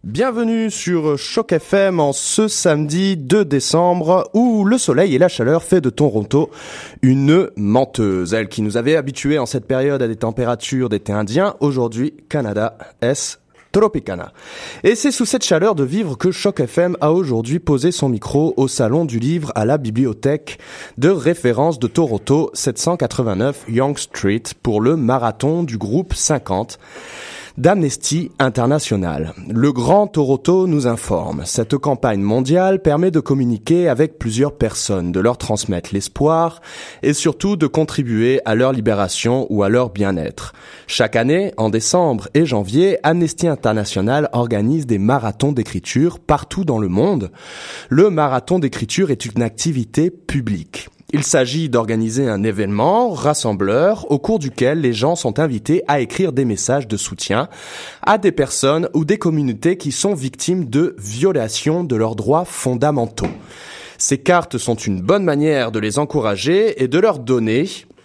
Bienvenue sur Choc FM en ce samedi 2 décembre où le soleil et la chaleur fait de Toronto une menteuse. Elle qui nous avait habitués en cette période à des températures d'été indien, aujourd'hui Canada es Tropicana. Et c'est sous cette chaleur de vivre que Choc FM a aujourd'hui posé son micro au Salon du Livre à la bibliothèque de référence de Toronto 789 Yonge Street pour le marathon du groupe 50 d'Amnesty International. Le Grand Toronto nous informe. Cette campagne mondiale permet de communiquer avec plusieurs personnes, de leur transmettre l'espoir et surtout de contribuer à leur libération ou à leur bien-être. Chaque année, en décembre et janvier, Amnesty International organise des marathons d'écriture partout dans le monde. Le marathon d'écriture est une activité publique. Il s'agit d'organiser un événement rassembleur au cours duquel les gens sont invités à écrire des messages de soutien à des personnes ou des communautés qui sont victimes de violations de leurs droits fondamentaux. Ces cartes sont une bonne manière de les encourager et de leur donner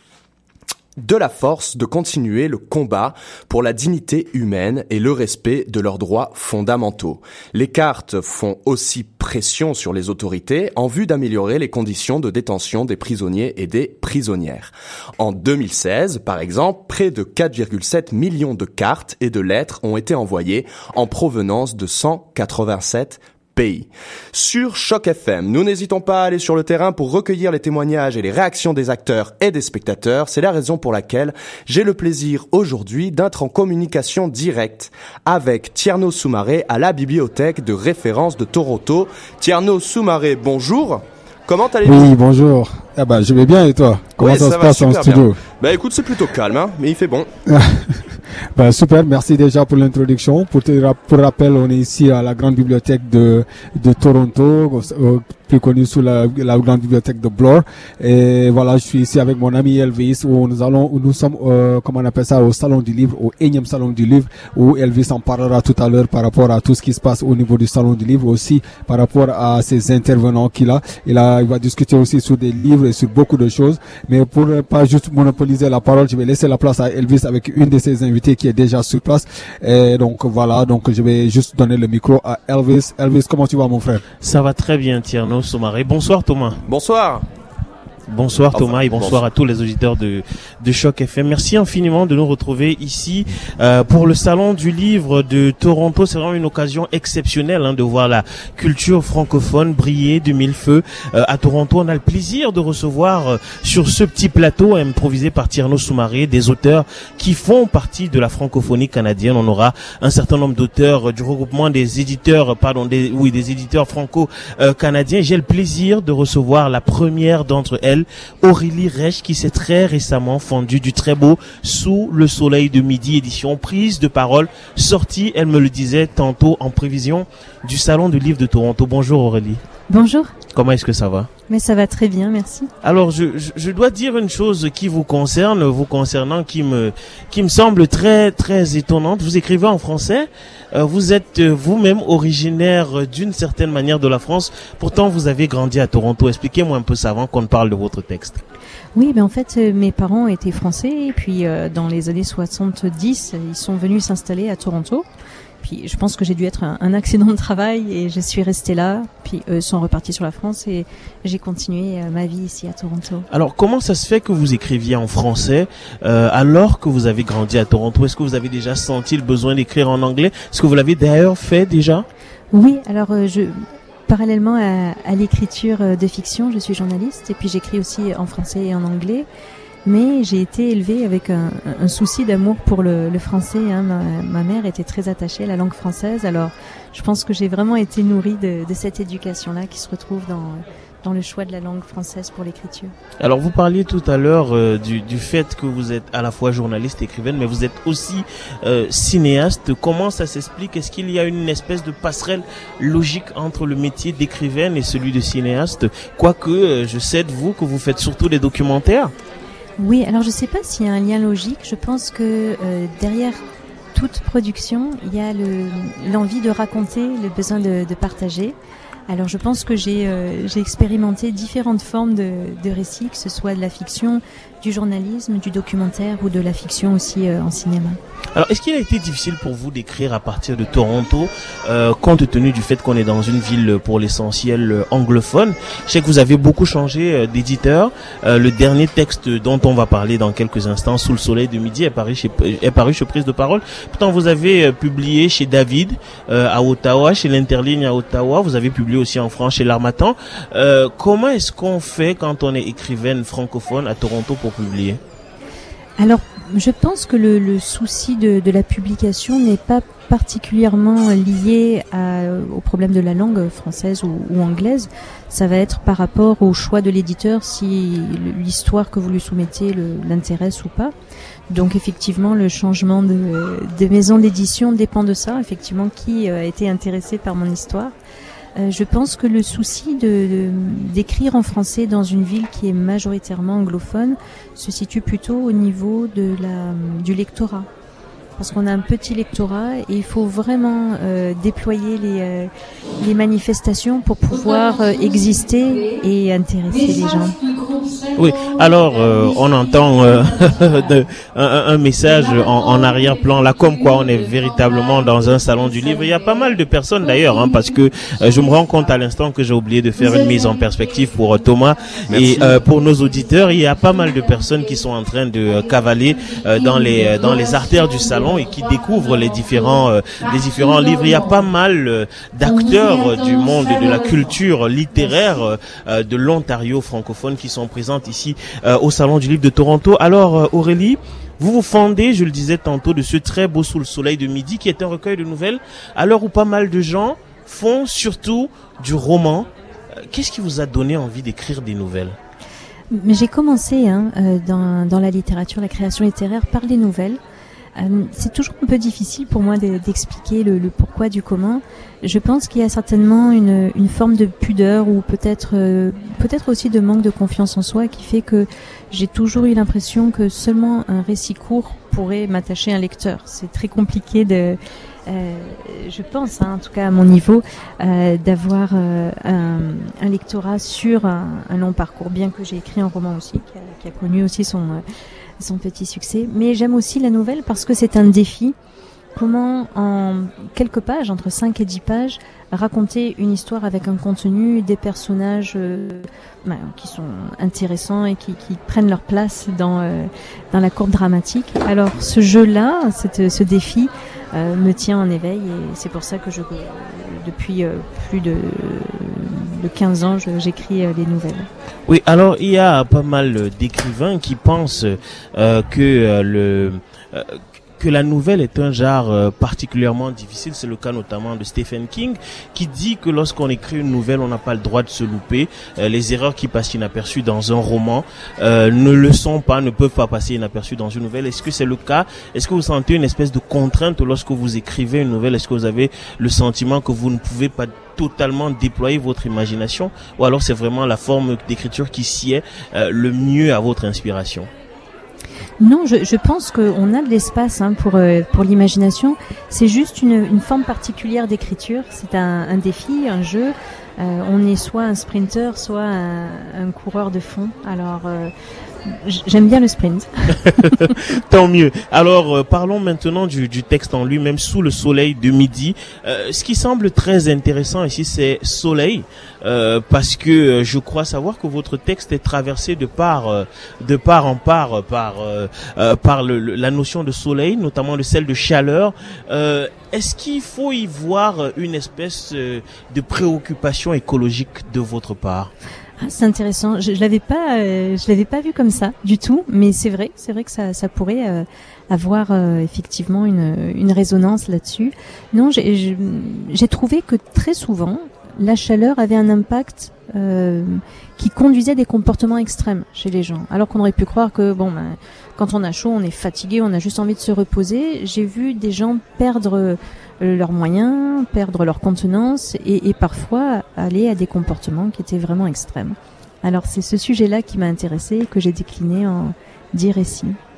de la force de continuer le combat pour la dignité humaine et le respect de leurs droits fondamentaux. Les cartes font aussi pression sur les autorités en vue d'améliorer les conditions de détention des prisonniers et des prisonnières. En 2016, par exemple, près de 4,7 millions de cartes et de lettres ont été envoyées en provenance de 187 pays. Sur Choc FM, nous n'hésitons pas à aller sur le terrain pour recueillir les témoignages et les réactions des acteurs et des spectateurs. C'est la raison pour laquelle j'ai le plaisir aujourd'hui d'être en communication directe avec Tierno Soumaré à la bibliothèque de référence de Toronto. Tierno Soumaré, bonjour. Comment allez-vous ? Oui, bonjour. Je vais bien et toi ? Comment ça se passe en studio ? Écoute, c'est plutôt calme, mais il fait bon. Super, merci déjà pour l'introduction. Pour rappel, on est ici à la grande bibliothèque de Toronto, plus connue sous la grande bibliothèque de Bloor. Et voilà, je suis ici avec mon ami Elvis où nous sommes, comment on appelle ça, au salon du livre, au énième salon du livre, où Elvis en parlera tout à l'heure par rapport à tout ce qui se passe au niveau du salon du livre, aussi par rapport à ses intervenants qu'il a. Il va discuter aussi sur des livres et sur beaucoup de choses. Mais pour pas juste monopoliser la parole, je vais laisser la place à Elvis avec une de ses invités qui est déjà sur place. Et donc voilà, donc je vais juste donner le micro à Elvis. Elvis, comment tu vas mon frère ? Ça va très bien, Tierno Soumaré. Bonsoir Thomas. Bonsoir. Bonsoir Thomas et bonsoir à tous les auditeurs de Choc FM. Merci infiniment de nous retrouver ici pour le salon du livre de Toronto. C'est vraiment une occasion exceptionnelle de voir la culture francophone briller de mille feux à Toronto. On a le plaisir de recevoir sur ce petit plateau improvisé par Tierno Soumaré des auteurs qui font partie de la francophonie canadienne. On aura un certain nombre d'auteurs du regroupement des éditeurs franco-canadiens. J'ai le plaisir de recevoir la première d'entre elles, Aurélie Rech, qui s'est très récemment fondue du très beau Sous le soleil de midi, édition prise de parole, sortie, elle me le disait tantôt, en prévision du Salon du Livre de Toronto. Bonjour Aurélie. Bonjour. Comment est-ce que ça va ? Mais ça va très bien, merci. Alors, je dois dire une chose qui vous concernant, qui me semble très, très étonnante. Vous écrivez en français. Vous êtes vous-même originaire d'une certaine manière de la France. Pourtant, vous avez grandi à Toronto. Expliquez-moi un peu ça avant qu'on ne parle de votre texte. Oui, en fait, mes parents étaient français. Et puis, dans les années 70, ils sont venus s'installer à Toronto. Puis je pense que j'ai dû être un accident de travail et je suis restée là. Puis eux sont repartis sur la France et j'ai continué ma vie ici à Toronto. Alors comment ça se fait que vous écriviez en français alors que vous avez grandi à Toronto ? Est-ce que vous avez déjà senti le besoin d'écrire en anglais ? Est-ce que vous l'avez d'ailleurs fait déjà ? Oui, alors parallèlement à l'écriture de fiction, je suis journaliste et puis j'écris aussi en français et en anglais. Mais j'ai été élevée avec un souci d'amour pour le français. Ma mère était très attachée à la langue française. Alors, je pense que j'ai vraiment été nourrie de cette éducation-là qui se retrouve dans le choix de la langue française pour l'écriture. Alors, vous parliez tout à l'heure du fait que vous êtes à la fois journaliste et écrivaine, mais vous êtes aussi cinéaste. Comment ça s'explique ? Est-ce qu'il y a une espèce de passerelle logique entre le métier d'écrivaine et celui de cinéaste ? Quoique, je sais de vous que vous faites surtout des documentaires. Oui, alors je ne sais pas s'il y a un lien logique. Je pense que derrière toute production, il y a l'envie de raconter, le besoin de partager. Alors je pense que j'ai expérimenté différentes formes de récits, que ce soit de la fiction, du journalisme, du documentaire ou de la fiction aussi en cinéma. Alors, est-ce qu'il a été difficile pour vous d'écrire à partir de Toronto, compte tenu du fait qu'on est dans une ville pour l'essentiel anglophone? Je sais que vous avez beaucoup changé d'éditeur. Le dernier texte dont on va parler dans quelques instants, Sous le soleil de midi, est paru chez Prise de Parole. Pourtant, vous avez publié chez David à Ottawa, chez l'Interligne à Ottawa. Vous avez publié aussi en France chez l'Harmattan. Comment est-ce qu'on fait quand on est écrivaine francophone à Toronto pour publier? Alors, je pense que le souci de la publication n'est pas particulièrement lié au problème de la langue française ou anglaise. Ça va être par rapport au choix de l'éditeur, si l'histoire que vous lui soumettez l'intéresse ou pas. Donc effectivement, le changement de maison d'édition dépend de ça. Effectivement, qui a été intéressé par mon histoire. Je pense que le souci d'écrire en français dans une ville qui est majoritairement anglophone se situe plutôt au niveau du lectorat. Parce qu'on a un petit lectorat et il faut vraiment déployer les manifestations pour pouvoir exister et intéresser les gens. Oui, alors on entend un message en arrière-plan là, comme quoi on est véritablement dans un salon du livre. Il y a pas mal de personnes d'ailleurs, parce que je me rends compte à l'instant que j'ai oublié de faire une mise en perspective pour Thomas. Merci. Et pour nos auditeurs, il y a pas mal de personnes qui sont en train de cavaler dans les artères du salon et qui découvrent les différents livres. Il y a pas mal d'acteurs du monde de la culture littéraire de l'Ontario francophone qui sont présentes ici au Salon du Livre de Toronto. Alors Aurélie, vous vous fondez, je le disais tantôt, de ce très beau Sous le soleil de midi qui est un recueil de nouvelles à l'heure où pas mal de gens font surtout du roman. Qu'est-ce qui vous a donné envie d'écrire des nouvelles? Mais j'ai commencé dans la littérature, la création littéraire par les nouvelles. C'est toujours un peu difficile pour moi d'expliquer le pourquoi du comment. Je pense qu'il y a certainement une forme de pudeur ou peut-être aussi de manque de confiance en soi qui fait que j'ai toujours eu l'impression que seulement un récit court pourrait m'attacher un lecteur. C'est très compliqué je pense, en tout cas à mon niveau, d'avoir un lectorat sur un long parcours, bien que j'ai écrit un roman aussi qui a connu aussi son petit succès. Mais j'aime aussi la nouvelle parce que c'est un défi. Comment, en quelques pages, entre 5 et 10 pages, raconter une histoire avec un contenu, des personnages qui sont intéressants et qui prennent leur place dans la courbe dramatique. Alors ce jeu-là, ce défi me tient en éveil et c'est pour ça que depuis plus de 15 ans, j'écris les nouvelles. Oui, alors il y a pas mal d'écrivains qui pensent que la nouvelle est un genre particulièrement difficile. C'est le cas notamment de Stephen King qui dit que lorsqu'on écrit une nouvelle, on n'a pas le droit de se louper. Les erreurs qui passent inaperçues dans un roman ne peuvent pas passer inaperçues dans une nouvelle. Est-ce que c'est le cas? Est-ce que vous sentez une espèce de contrainte lorsque vous écrivez une nouvelle? Est-ce que vous avez le sentiment que vous ne pouvez pas totalement déployer votre imagination? Ou alors c'est vraiment la forme d'écriture qui sied le mieux à votre inspiration? Non, je pense qu'on a de l'espace pour l'imagination. C'est juste une forme particulière d'écriture. C'est un défi, un jeu. On est soit un sprinter, soit un coureur de fond. Alors, j'aime bien le sprint. Tant mieux. Alors, parlons maintenant du texte en lui-même, Sous le soleil de midi. Ce qui semble très intéressant ici, c'est soleil, parce que je crois savoir que votre texte est traversé de part en part par la notion de soleil, notamment celle de chaleur. Est-ce qu'il faut y voir une espèce de préoccupation écologique de votre part? C'est intéressant. Je l'avais pas vu comme ça du tout, mais c'est vrai que ça pourrait avoir effectivement une résonance là-dessus. Non, j'ai trouvé que très souvent la chaleur avait un impact qui conduisait à des comportements extrêmes chez les gens. Alors qu'on aurait pu croire que quand on a chaud, on est fatigué, on a juste envie de se reposer. J'ai vu des gens perdre leurs moyens, perdre leur contenance et parfois aller à des comportements qui étaient vraiment extrêmes. Alors c'est ce sujet-là qui m'a intéressée et que j'ai décliné en 10 récits.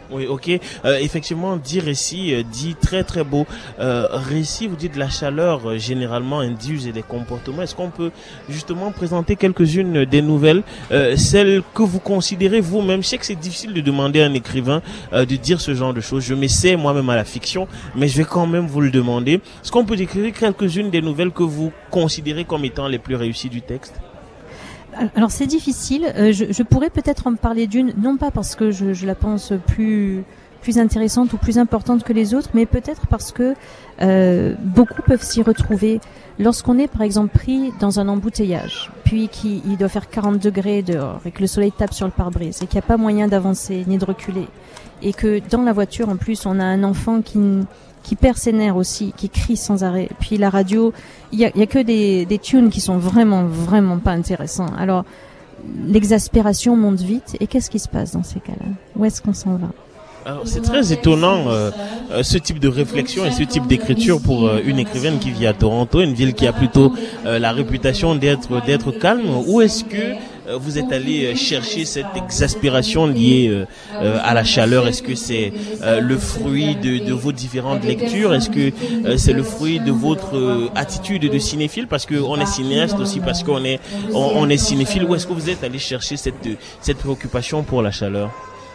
Oui, ok. Effectivement, dit récit, dit très très beau. Récit, vous dites la chaleur généralement induise des comportements. Est-ce qu'on peut justement présenter quelques-unes des nouvelles, celles que vous considérez vous-même? Je sais que c'est difficile de demander à un écrivain de dire ce genre de choses. Je m'essaie moi-même à la fiction, mais je vais quand même vous le demander. Est-ce qu'on peut décrire quelques-unes des nouvelles que vous considérez comme étant les plus réussies du texte? Alors c'est difficile. Je pourrais peut-être en parler d'une, non pas parce que je la pense plus intéressante ou plus importante que les autres, mais peut-être parce que beaucoup peuvent s'y retrouver. Lorsqu'on est par exemple pris dans un embouteillage, puis qu'il doit faire 40 degrés dehors et que le soleil tape sur le pare-brise et qu'il n'y a pas moyen d'avancer ni de reculer, et que dans la voiture en plus on a un enfant qui perd ses nerfs aussi, qui crie sans arrêt. Puis la radio, il y a que des tunes qui sont vraiment pas intéressants. Alors l'exaspération monte vite. Et qu'est-ce qui se passe dans ces cas-là? Où est-ce qu'on s'en va? Alors, c'est très étonnant ce type de réflexion et ce type d'écriture pour une écrivaine qui vit à Toronto, une ville qui a plutôt la réputation d'être calme. Où est-ce que vous êtes allé chercher cette exaspération liée à la chaleur? Est-ce que c'est le fruit de vos différentes lectures? Est-ce que c'est le fruit de votre attitude de cinéphile? Parce que on est cinéaste aussi, parce qu'on est cinéphile. Où est-ce que vous êtes allé chercher cette préoccupation pour la chaleur?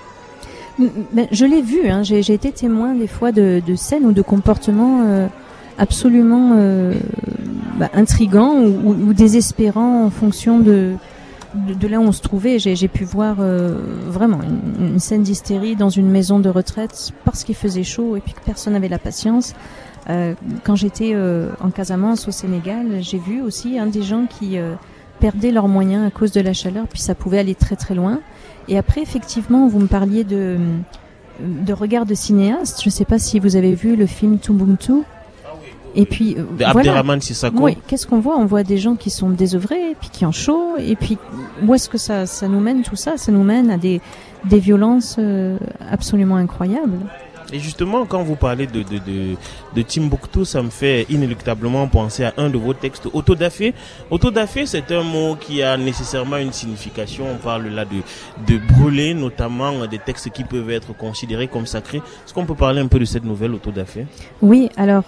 Ben, je l'ai vu, hein. J'ai été témoin des fois de scènes ou de comportements absolument intrigants ou désespérants en fonction de là où on se trouvait. J'ai pu voir vraiment une scène d'hystérie dans une maison de retraite parce qu'il faisait chaud et puis que personne n'avait la patience. Quand j'étais en Casamance au Sénégal, j'ai vu aussi des gens qui perdaient leurs moyens à cause de la chaleur, puis ça pouvait aller très très loin. Et après, effectivement, vous me parliez de regard de cinéaste. Je ne sais pas si vous avez vu le film Tumbuktu. Et puis, Abderrahmane Sissako. Oui, qu'est-ce qu'on voit? On voit des gens qui sont désœuvrés, puis qui ont chaud. Et puis, où est-ce que ça nous mène tout ça? Ça nous mène à des violences absolument incroyables. Et justement, quand vous parlez de Timbuktu, ça me fait inéluctablement penser à un de vos textes, Autodafé. Autodafé, c'est un mot qui a nécessairement une signification. On parle là de brûler, notamment des textes qui peuvent être considérés comme sacrés. Est-ce qu'on peut parler un peu de cette nouvelle, Autodafé? Oui, alors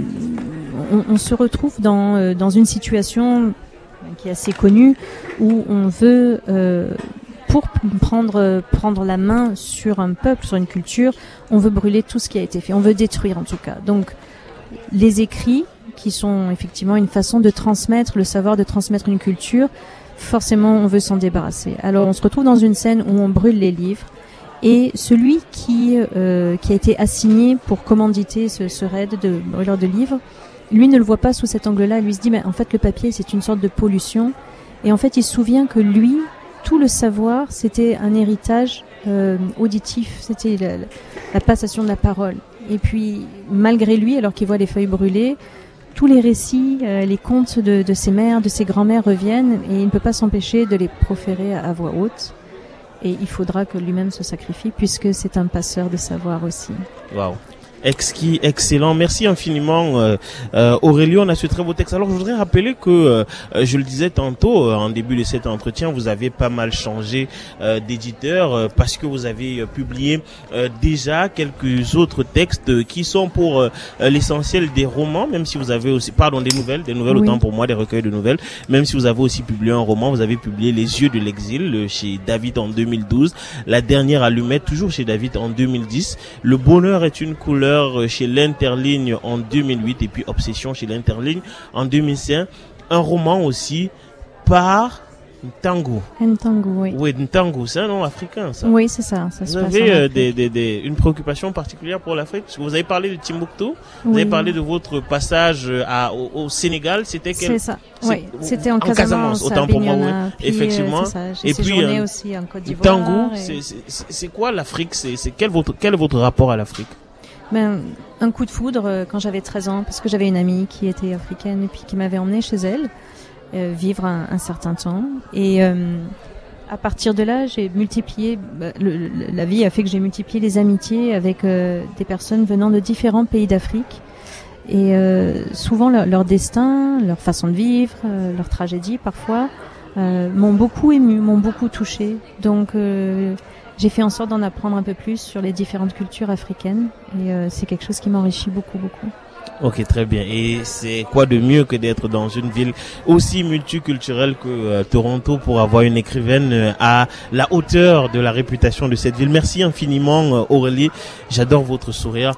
on se retrouve dans une situation qui est assez connue où on veut pour prendre la main sur un peuple, sur une culture, on veut brûler tout ce qui a été fait. On veut détruire en tout cas. Donc, les écrits, qui sont effectivement une façon de transmettre le savoir, de transmettre une culture, forcément on veut s'en débarrasser. Alors, on se retrouve dans une scène où on brûle les livres. Et celui qui a été assigné pour commanditer ce raid de brûleur de livres, lui ne le voit pas sous cet angle-là. Lui se dit, mais en fait, le papier, c'est une sorte de pollution. Et en fait, il se souvient que lui, tout le savoir, c'était un héritage auditif, c'était la passation de la parole. Et puis, malgré lui, alors qu'il voit les feuilles brûlées, tous les récits, les contes de ses mères, de ses grands-mères reviennent, et il ne peut pas s'empêcher de les proférer à voix haute. Et il faudra que lui-même se sacrifie, puisque c'est un passeur de savoir aussi. Waouh. Exquis, excellent. Merci infiniment, Aurélien. On a ce très beau texte. Alors, je voudrais rappeler que, je le disais tantôt, en début de cet entretien, vous avez pas mal changé d'éditeur parce que vous avez publié déjà quelques autres textes qui sont pour l'essentiel des romans, même si vous avez aussi, des nouvelles oui. Autant pour moi, des recueils de nouvelles. Même si vous avez aussi publié un roman, vous avez publié Les Yeux de l'exil chez David en 2012, La Dernière Allumette toujours chez David en 2010, Le Bonheur est une couleur chez l'Interligne en 2008 et puis Obsession chez l'Interligne en 2005. Un roman aussi par Ntangu. Ntangu, oui. Oui, Ntangu, c'est un nom africain, ça. Oui, c'est ça. Vous avez une préoccupation particulière pour l'Afrique? Parce que vous avez parlé de Timbuktu, vous avez parlé de votre passage au Sénégal, c'était quel? C'est ça, oui. C'était en Casamance, autant pour moi, oui. Effectivement. Et puis, aussi en Côte d'Ivoire. Ntangu, c'est quoi l'Afrique? Quel est votre rapport à l'Afrique? Un coup de foudre quand j'avais 13 ans, parce que j'avais une amie qui était africaine et puis qui m'avait emmenée chez elle vivre un certain temps. Et à partir de là, j'ai multiplié, la vie a fait que j'ai multiplié les amitiés avec des personnes venant de différents pays d'Afrique. Et souvent leur destin, leur façon de vivre, leur tragédie parfois, m'ont beaucoup ému, m'ont beaucoup touché. Donc j'ai fait en sorte d'en apprendre un peu plus sur les différentes cultures africaines et c'est quelque chose qui m'enrichit beaucoup. Ok, très bien. Et c'est quoi de mieux que d'être dans une ville aussi multiculturelle que Toronto pour avoir une écrivaine à la hauteur de la réputation de cette ville. Merci infiniment Aurélie. J'adore votre sourire.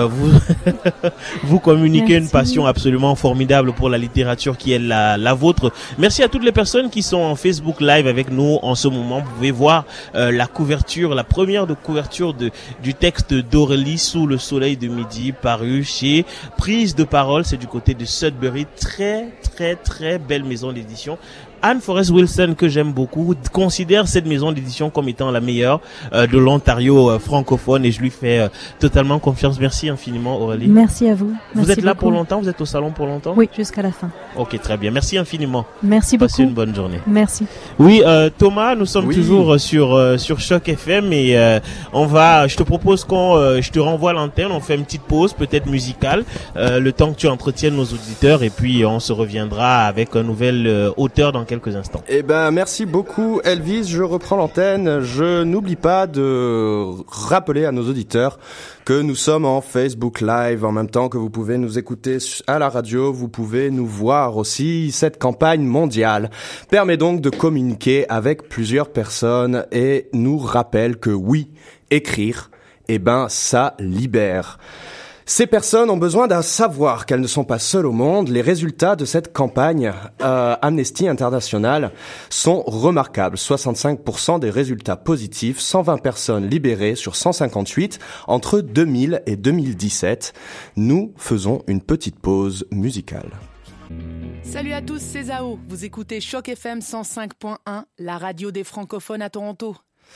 Vous communiquez une passion absolument formidable pour la littérature qui est la vôtre. Merci à toutes les personnes qui sont en Facebook Live avec nous en ce moment. Vous pouvez voir la couverture, la première de couverture du texte d'Aurélie Sous le soleil de midi paru chez Prise de parole, c'est du côté de Sudbury, très belle maison d'édition. Anne Forrest Wilson, que j'aime beaucoup, considère cette maison d'édition comme étant la meilleure de l'Ontario francophone et je lui fais totalement confiance. Merci infiniment Aurélie. Merci à vous. Vous êtes là pour longtemps? Vous êtes au salon pour longtemps? Oui, jusqu'à la fin. Ok, très bien. Merci infiniment. Merci beaucoup. Passez une bonne journée. Merci. Oui, Thomas, nous sommes toujours sur Choc FM et je te propose je te renvoie l'antenne, on fait une petite pause, peut-être musicale, le temps que tu entretiennes nos auditeurs et puis on se reviendra avec un nouvel auteur dans quelques instants. Eh ben, merci beaucoup Elvis, je reprends l'antenne. Je n'oublie pas de rappeler à nos auditeurs que nous sommes en Facebook Live en même temps que vous pouvez nous écouter à la radio, vous pouvez nous voir aussi. Cette campagne mondiale permet donc de communiquer avec plusieurs personnes et nous rappelle que oui, écrire, ça libère. Ces personnes ont besoin d'un savoir qu'elles ne sont pas seules au monde. Les résultats de cette campagne Amnesty International sont remarquables. 65% des résultats positifs, 120 personnes libérées sur 158 entre 2000 et 2017. Nous faisons une petite pause musicale. Salut à tous, c'est Zao. Vous écoutez Choc FM 105.1, la radio des francophones à Toronto.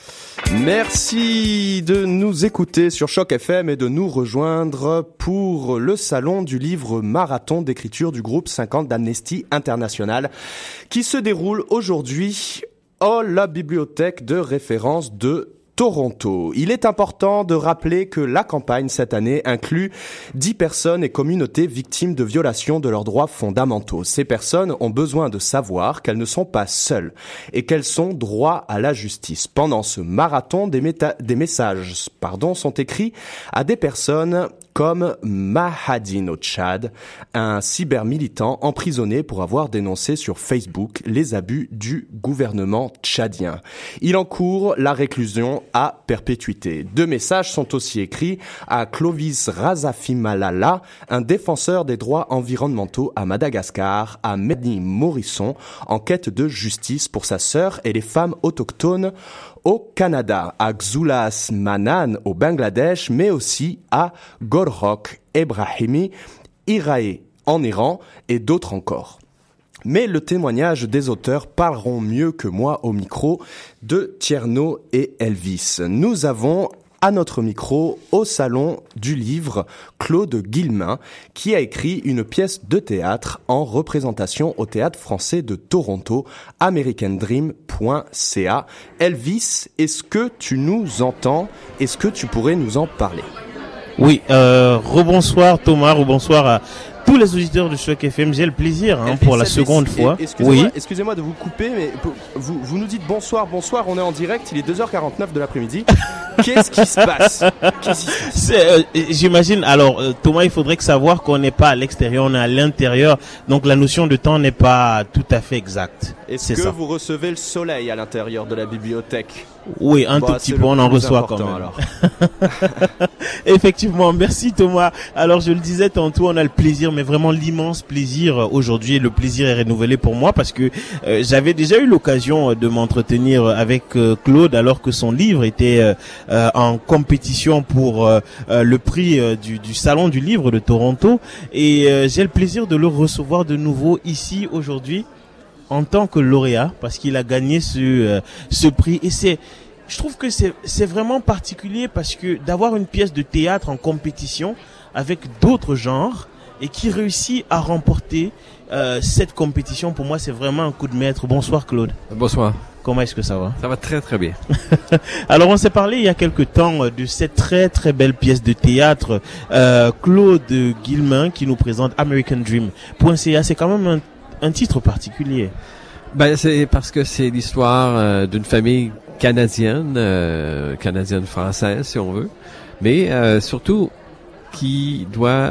Merci de nous écouter sur Choc FM et de nous rejoindre pour le salon du livre marathon d'écriture du groupe 50 d'Amnesty International qui se déroule aujourd'hui à la bibliothèque de référence de Toronto. Il est important de rappeler que la campagne cette année inclut 10 personnes et communautés victimes de violations de leurs droits fondamentaux. Ces personnes ont besoin de savoir qu'elles ne sont pas seules et qu'elles sont droit à la justice. Pendant ce marathon, des messages sont écrits à des personnes comme Mahadine au Tchad, un cybermilitant emprisonné pour avoir dénoncé sur Facebook les abus du gouvernement tchadien. Il encourt la réclusion à perpétuité. 2 messages sont aussi écrits à Clovis Razafimalala, un défenseur des droits environnementaux à Madagascar, à Medni Morisson, en quête de justice pour sa sœur et les femmes autochtones au Canada, à Xulas Manan au Bangladesh, mais aussi à Gorhok Ebrahimi Irae en Iran et d'autres encore. Mais le témoignage des auteurs parleront mieux que moi au micro de Tierno et Elvis. Nous avons à notre micro, au salon du livre, Claude Guillemin, qui a écrit une pièce de théâtre en représentation au Théâtre français de Toronto, americandream.ca. Elvis, est-ce que tu nous entends? Est-ce que tu pourrais nous en parler? Oui, rebonsoir Thomas, rebonsoir à tous les auditeurs de Choc FM. J'ai le plaisir pour la seconde fois. Excusez-moi de vous couper, mais vous nous dites bonsoir, on est en direct, il est 2h49 de l'après-midi. Qu'est-ce qui se passe? J'imagine, alors Thomas, il faudrait savoir qu'on n'est pas à l'extérieur, on est à l'intérieur, donc la notion de temps n'est pas tout à fait exacte. Est-ce que vous recevez le soleil à l'intérieur de la bibliothèque? Oui, un tout petit peu, on en reçoit quand même. Alors. Effectivement, merci Thomas. Alors je le disais tantôt, on a le plaisir, mais vraiment l'immense plaisir aujourd'hui, et le plaisir est renouvelé pour moi parce que j'avais déjà eu l'occasion de m'entretenir avec Claude alors que son livre était en compétition pour le prix du Salon du livre de Toronto, et j'ai le plaisir de le recevoir de nouveau ici aujourd'hui en tant que lauréat parce qu'il a gagné ce prix. Et je trouve que c'est vraiment particulier parce que d'avoir une pièce de théâtre en compétition avec d'autres genres et qui réussit à remporter cette compétition, pour moi c'est vraiment un coup de maître. Bonsoir Claude. Bonsoir. Comment est-ce que ça va? Ça va très très bien. Alors on s'est parlé il y a quelque temps de cette très très belle pièce de théâtre, Claude Guillemin qui nous présente American Dream.ca. C'est quand même un titre particulier. Ben, c'est parce que c'est l'histoire d'une famille canadienne française, si on veut, mais surtout qui doit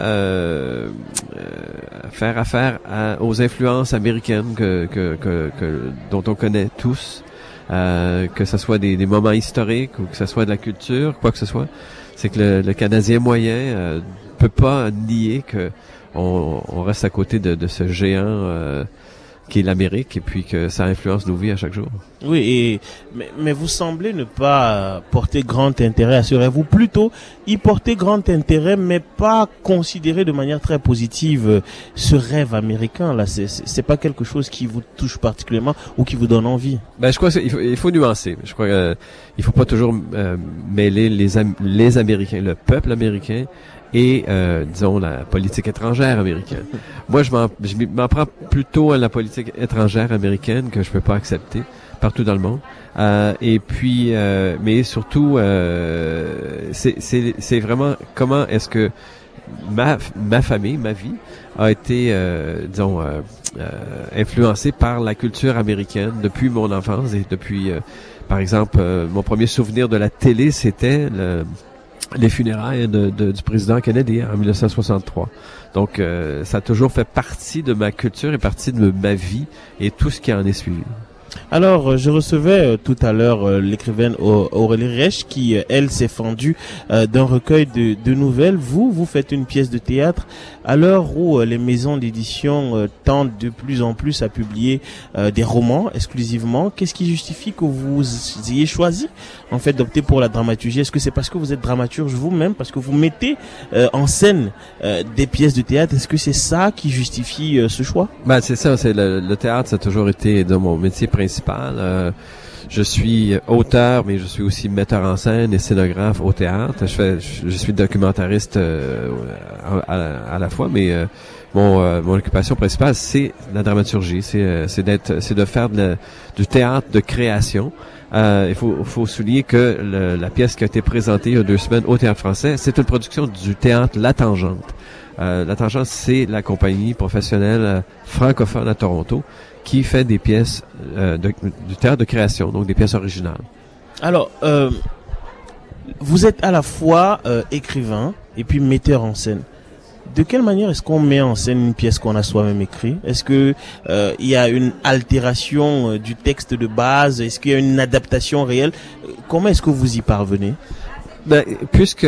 faire affaire aux influences américaines dont on connaît tous, que ce soit des moments historiques ou que ce soit de la culture, quoi que ce soit. C'est que le Canadien moyen peut pas nier que on reste à côté de ce géant qui est l'Amérique, et puis que ça influence nos vies à chaque jour. Oui, mais vous semblez ne pas porter grand intérêt à ce rêve, ou plutôt y porter grand intérêt, mais pas considérer de manière très positive ce rêve américain. Là, c'est pas quelque chose qui vous touche particulièrement ou qui vous donne envie. Ben, je crois qu'il faut nuancer. Je crois il faut pas toujours mêler les Américains, le peuple américain, et disons la politique étrangère américaine. Moi, je m'en prends plutôt à la politique étrangère américaine que je peux pas accepter partout dans le monde. Et puis, mais surtout, c'est vraiment comment est-ce que ma famille, ma vie a été, disons, influencée par la culture américaine depuis mon enfance, et depuis, par exemple, mon premier souvenir de la télé, c'était les funérailles du président Kennedy en 1963. Donc, ça a toujours fait partie de ma culture et partie de ma vie et tout ce qui en est suivi. Alors, je recevais tout à l'heure l'écrivaine Aurélie Reich qui, elle, s'est fendue d'un recueil de nouvelles. Vous faites une pièce de théâtre à l'heure où les maisons d'édition tentent de plus en plus à publier des romans exclusivement. Qu'est-ce qui justifie que vous ayez choisi, en fait, d'opter pour la dramaturgie? Est-ce que c'est parce que vous êtes dramaturge vous-même, parce que vous mettez en scène des pièces de théâtre? Est-ce que c'est ça qui justifie ce choix? Ben, c'est ça. C'est le théâtre, ça a toujours été mon métier principal. Je suis auteur, mais je suis aussi metteur en scène et scénographe au théâtre. Je suis documentariste à la fois, mais mon occupation principale, c'est la dramaturgie. C'est de faire du théâtre de création. Il faut souligner que la pièce qui a été présentée il y a 2 semaines au Théâtre Français, c'est une production du théâtre La Tangente. La Tangente, c'est la compagnie professionnelle francophone à Toronto qui fait des pièces du théâtre de création, donc des pièces originales. Alors, vous êtes à la fois écrivain et puis metteur en scène. De quelle manière est-ce qu'on met en scène une pièce qu'on a soi-même écrite? Est-ce que il y a une altération du texte de base? Est-ce qu'il y a une adaptation réelle? Comment est-ce que vous y parvenez? Ben, puisque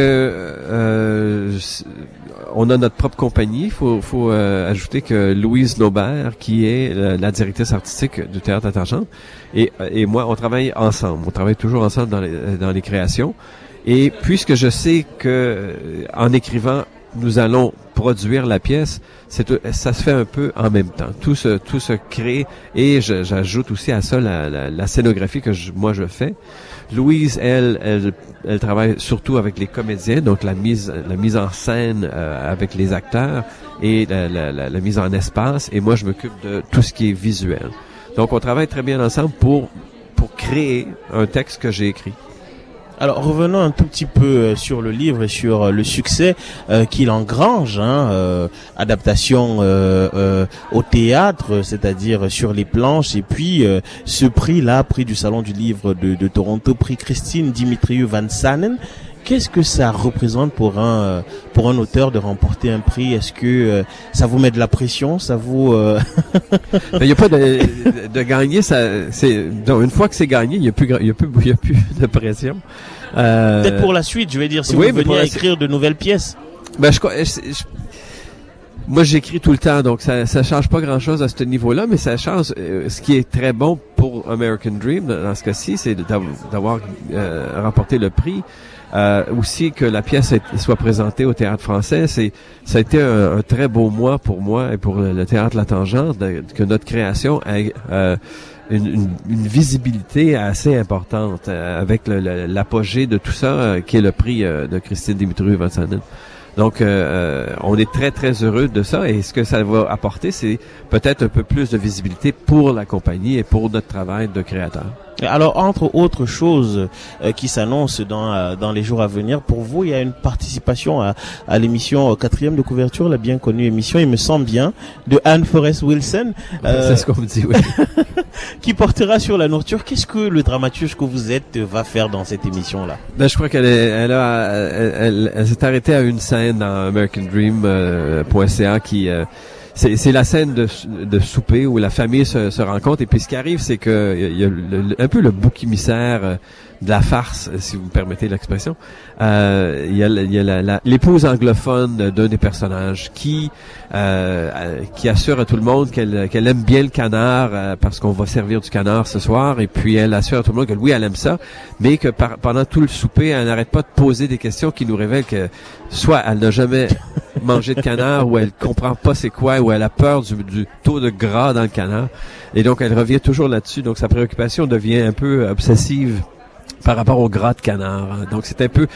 on a notre propre compagnie, faut ajouter que Louise Naubert, qui est la directrice artistique du Théâtre La Tangente, et moi, on travaille ensemble. On travaille toujours ensemble dans les créations. Et puisque je sais que en écrivant, nous allons produire la pièce, ça se fait un peu en même temps. Tout se crée, et j'ajoute aussi à ça la scénographie que moi je fais. Louise, elle travaille surtout avec les comédiens, donc la mise en scène avec les acteurs et la mise en espace, et moi je m'occupe de tout ce qui est visuel. Donc on travaille très bien ensemble pour créer un texte que j'ai écrit. Alors revenons un tout petit peu sur le livre et sur le succès qu'il engrange, adaptation au théâtre, c'est-à-dire sur les planches, et puis ce prix du Salon du Livre de Toronto, prix Christine Dimitriou Van Sanen. Qu'est-ce que ça représente pour un auteur de remporter un prix? Est-ce que ça vous met de la pression? Ça vous Il n'y a pas de gagner, donc une fois que c'est gagné, il y a plus de pression. Peut-être pour la suite, je vais dire, si vous veniez à écrire de nouvelles pièces. Ben moi j'écris tout le temps, donc ça change pas grand-chose à ce niveau-là, mais ça change. Ce qui est très bon pour American Dream dans ce cas-ci, c'est d'avoir remporté le prix. Aussi que la pièce soit présentée au Théâtre Français, ça a été un très beau mois pour moi et pour le Théâtre La Tangente, que notre création ait une visibilité assez importante avec l'apogée de tout ça, qui est le prix de Christine Dimitriou Van Sanen. Donc, on est très, très heureux de ça, et ce que ça va apporter, c'est peut-être un peu plus de visibilité pour la compagnie et pour notre travail de créateur. Alors, entre autres choses qui s'annoncent dans les jours à venir, pour vous, il y a une participation à l'émission 4e de couverture, la bien connue émission, il me semble bien, de Anne Forrest Wilson. C'est ce qu'on me dit, oui. qui portera sur la nourriture. Qu'est-ce que le dramaturge que vous êtes va faire dans cette émission-là? Ben, je crois qu'elle s'est arrêtée à une scène dans American Dream.ca qui c'est la scène de souper où la famille se rencontre, et puis ce qui arrive, c'est que il y a un peu le bouc émissaire de la farce, si vous me permettez l'expression. Il y a l'épouse anglophone d'un des personnages qui assure à tout le monde qu'elle aime bien le canard parce qu'on va servir du canard ce soir, et puis elle assure à tout le monde que oui, elle aime ça, mais que pendant tout le souper, elle n'arrête pas de poser des questions qui nous révèlent que soit elle n'a jamais mangé de canard, ou elle comprend pas c'est quoi, ou elle a peur du taux de gras dans le canard, et donc elle revient toujours là-dessus. Donc sa préoccupation devient un peu obsessive par rapport au gras de canard. Donc c'est un peu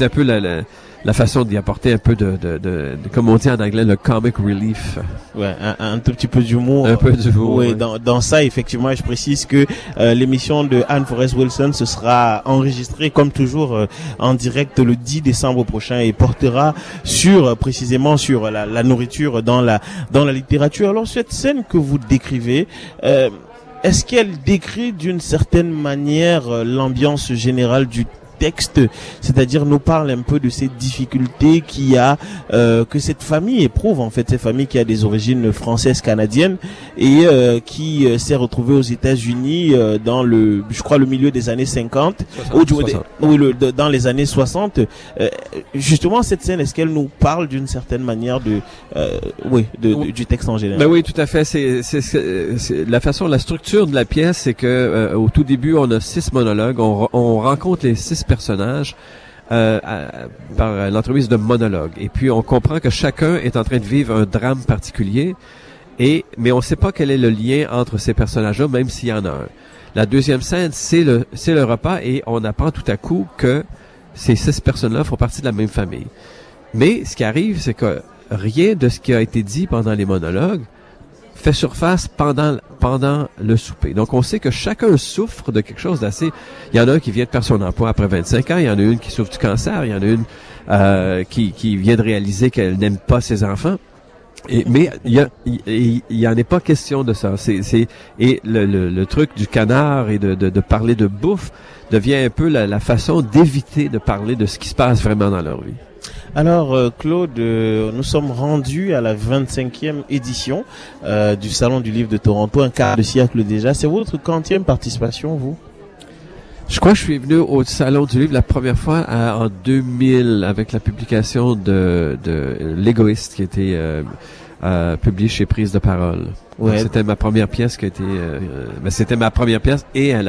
la façon d'y apporter un peu de comme on dit en anglais, le comic relief. Ouais, un tout petit peu d'humour. Un peu d'humour. Oui, ouais. Dans ça, effectivement, je précise que l'émission de Anne Forrest Wilson se sera enregistrée comme toujours en direct le 10 décembre prochain et portera précisément sur la nourriture dans la littérature. Alors cette scène que vous décrivez, est-ce qu'elle décrit d'une certaine manière l'ambiance générale du texte, c'est-à-dire nous parle un peu de ces difficultés que cette famille éprouve, en fait, cette famille qui a des origines françaises canadiennes et qui s'est retrouvée aux États-Unis dans le milieu des années 50, 60. Dans les années 60. Justement, cette scène, est-ce qu'elle nous parle d'une certaine manière du texte en général? Ben oui, tout à fait. C'est la structure de la pièce, c'est que au tout début, on a 6 monologues, on rencontre les 6 personnages par l'entremise de monologues, et puis on comprend que chacun est en train de vivre un drame particulier, mais on ne sait pas quel est le lien entre ces personnages-là, même s'il y en a un. La deuxième scène, c'est le repas, et on apprend tout à coup que ces 6 personnes-là font partie de la même famille. Mais ce qui arrive, c'est que rien de ce qui a été dit pendant les monologues fait surface pendant le souper. Donc, on sait que chacun souffre de quelque chose d'assez... Il y en a un qui vient de perdre son emploi après 25 ans, il y en a une qui souffre du cancer, il y en a une qui vient de réaliser qu'elle n'aime pas ses enfants. Mais il y en est pas question de ça. Et le truc du canard et de parler de bouffe devient un peu la façon d'éviter de parler de ce qui se passe vraiment dans leur vie. Alors Claude, nous sommes rendus à la 25e édition du Salon du Livre de Toronto, un quart de siècle déjà. C'est votre 40e participation, vous? Je crois que je suis venu au Salon du Livre la première fois en 2000 avec la publication de L'Égoïste qui a été publié chez Prise de Parole. Ouais. C'était ma première pièce qui a été... c'était ma première pièce et elle a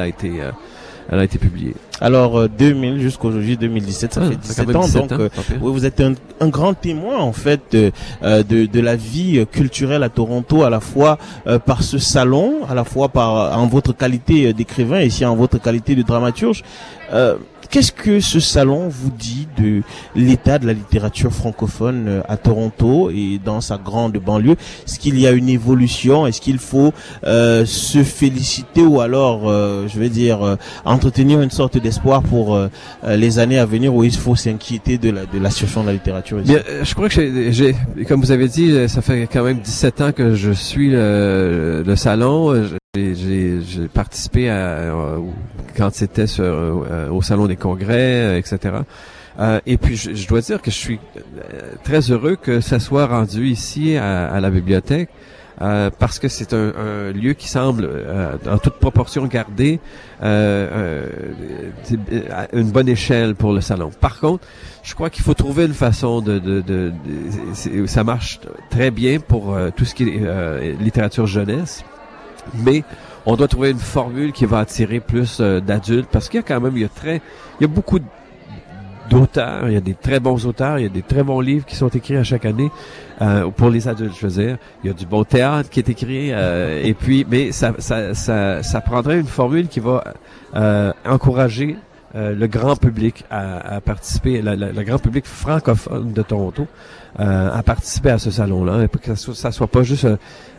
été publiée. Alors 2000 jusqu'aujourd'hui 2017, ça fait 17 ans. Donc vous êtes un grand témoin en fait de la vie culturelle à Toronto, à la fois par ce salon, à la fois en votre qualité d'écrivain et ici en votre qualité de dramaturge. Qu'est-ce que ce salon vous dit de l'état de la littérature francophone à Toronto et dans sa grande banlieue? Est-ce qu'il y a une évolution? Est-ce qu'il faut se féliciter ou alors, entretenir une sorte d'espoir pour les années à venir, ou il faut s'inquiéter de la situation de la littérature ici? Bien, je crois que comme vous avez dit, ça fait quand même 17 ans que je suis le salon. J'ai participé quand c'était au Salon des Congrès, etc. Et puis, je dois dire que je suis très heureux que ça soit rendu ici à la bibliothèque, parce que c'est un lieu qui semble, en toute proportion gardée, une bonne échelle pour le salon. Par contre, je crois qu'il faut trouver une façon ça marche très bien pour tout ce qui est littérature jeunesse. Mais on doit trouver une formule qui va attirer plus d'adultes, parce qu'il y a quand même, il y a beaucoup d'auteurs, il y a des très bons auteurs, il y a des très bons livres qui sont écrits à chaque année pour les adultes, je veux dire. Il y a du bon théâtre qui est écrit, et puis, mais ça prendrait une formule qui va encourager le grand public à participer, le grand public francophone de Toronto à participer à ce salon-là, et que ça soit pas juste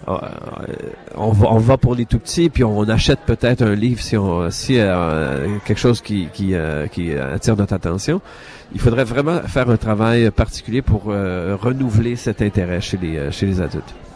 on va pour les tout petits, puis on achète peut-être un livre si quelque chose qui attire notre attention. Il faudrait vraiment faire un travail particulier pour renouveler cet intérêt chez les adultes.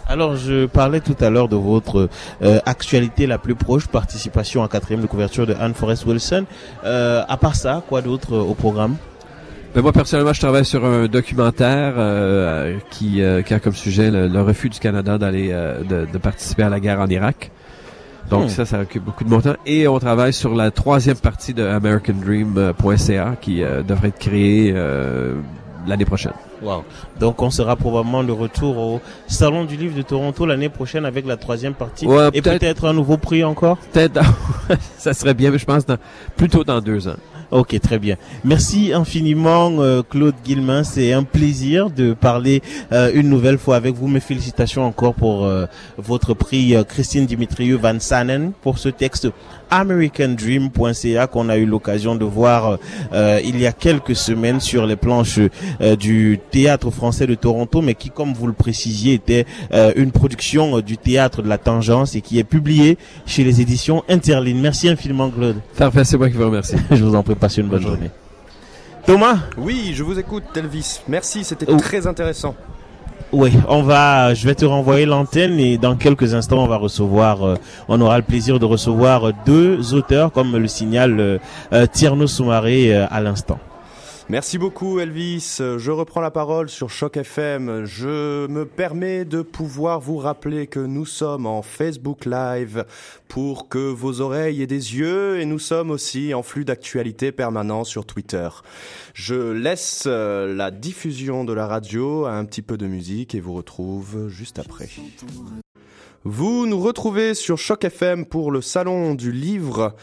Alors, je parlais tout à l'heure de votre actualité la plus proche, participation en 4e de couverture de Anne Forrest Wilson. À part ça, quoi d'autre au programme? Moi, personnellement, je travaille sur un documentaire qui a comme sujet le refus du Canada d'aller de participer à la guerre en Irak. Donc ça occupe beaucoup de mon temps. Et on travaille sur la 3e partie de AmericanDream.ca qui devrait être créée l'année prochaine. Wow. Donc on sera probablement de retour au Salon du Livre de Toronto l'année prochaine avec la 3e partie. Ouais, et peut-être un nouveau prix encore? Peut-être. Ça serait bien, mais je pense plutôt dans 2 ans. Ok, très bien. Merci infiniment, Claude Guillemin. C'est un plaisir de parler une nouvelle fois avec vous. Mes félicitations encore pour votre prix Christine Dimitriou Van Sanen pour ce texte AmericanDream.ca qu'on a eu l'occasion de voir il y a quelques semaines sur les planches du Théâtre français de Toronto, mais qui, comme vous le précisiez, était une production du Théâtre de la Tangence et qui est publiée chez les éditions Interline. Merci infiniment, Claude. Parfait, c'est moi qui vous remercie. Je vous en prie, passez une bonne journée. Thomas? Oui, je vous écoute, Elvis. Merci, c'était très intéressant. Oui, je vais te renvoyer l'antenne et dans quelques instants, on aura le plaisir de recevoir 2 auteurs, comme le signale Tierno Soumaré à l'instant. Merci beaucoup Elvis, je reprends la parole sur Choc FM. Je me permets de pouvoir vous rappeler que nous sommes en Facebook Live pour que vos oreilles aient des yeux et nous sommes aussi en flux d'actualité permanent sur Twitter. Je laisse la diffusion de la radio à un petit peu de musique et vous retrouve juste après. Vous nous retrouvez sur Choc FM pour le Salon du Livre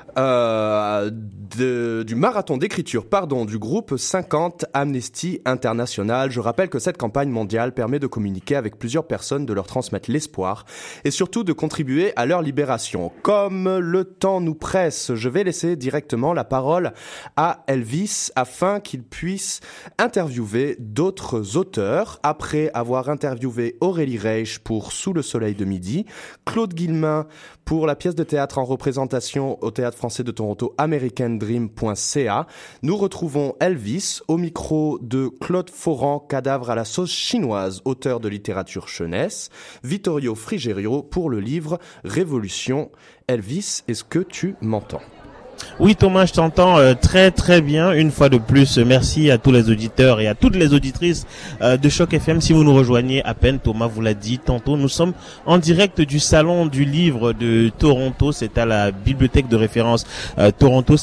du marathon d'écriture, du groupe 50 Amnesty International. Je rappelle que cette campagne mondiale permet de communiquer avec plusieurs personnes, de leur transmettre l'espoir et surtout de contribuer à leur libération. Comme le temps nous presse, je vais laisser directement la parole à Elvis afin qu'il puisse interviewer d'autres auteurs. Après avoir interviewé Aurélie Reich pour Sous le soleil de midi, Claude Guillemin pour la pièce de théâtre en représentation au Théâtre français de Toronto, AmericanDream.ca. Nous retrouvons Elvis au micro de Claude Foran, Cadavre à la sauce chinoise, auteur de littérature jeunesse, Vittorio Frigerio pour le livre Révolution. Elvis, est-ce que tu m'entends ? Oui Thomas, je t'entends très très bien. Une fois de plus, merci à tous les auditeurs et à toutes les auditrices de Choc FM. Si vous nous rejoignez à peine, Thomas vous l'a dit tantôt, nous sommes en direct du Salon du Livre de Toronto. C'est à la bibliothèque de référence Toronto,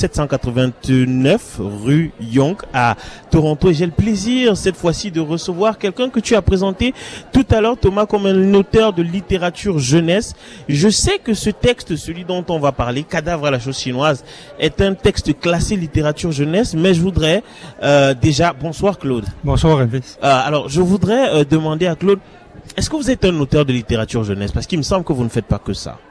789 rue Yonge à Toronto. Et j'ai le plaisir cette fois-ci de recevoir quelqu'un que tu as présenté tout à l'heure, Thomas, comme un auteur de littérature jeunesse. Je sais que ce texte, celui dont on va parler, Cadavre à la sauce chinoise, est un texte classé littérature jeunesse, mais je voudrais déjà... Bonsoir Claude. Bonsoir Elvis. Alors, je voudrais demander à Claude, est-ce que vous êtes un auteur de littérature jeunesse? Parce qu'il me semble que vous ne faites pas que ça.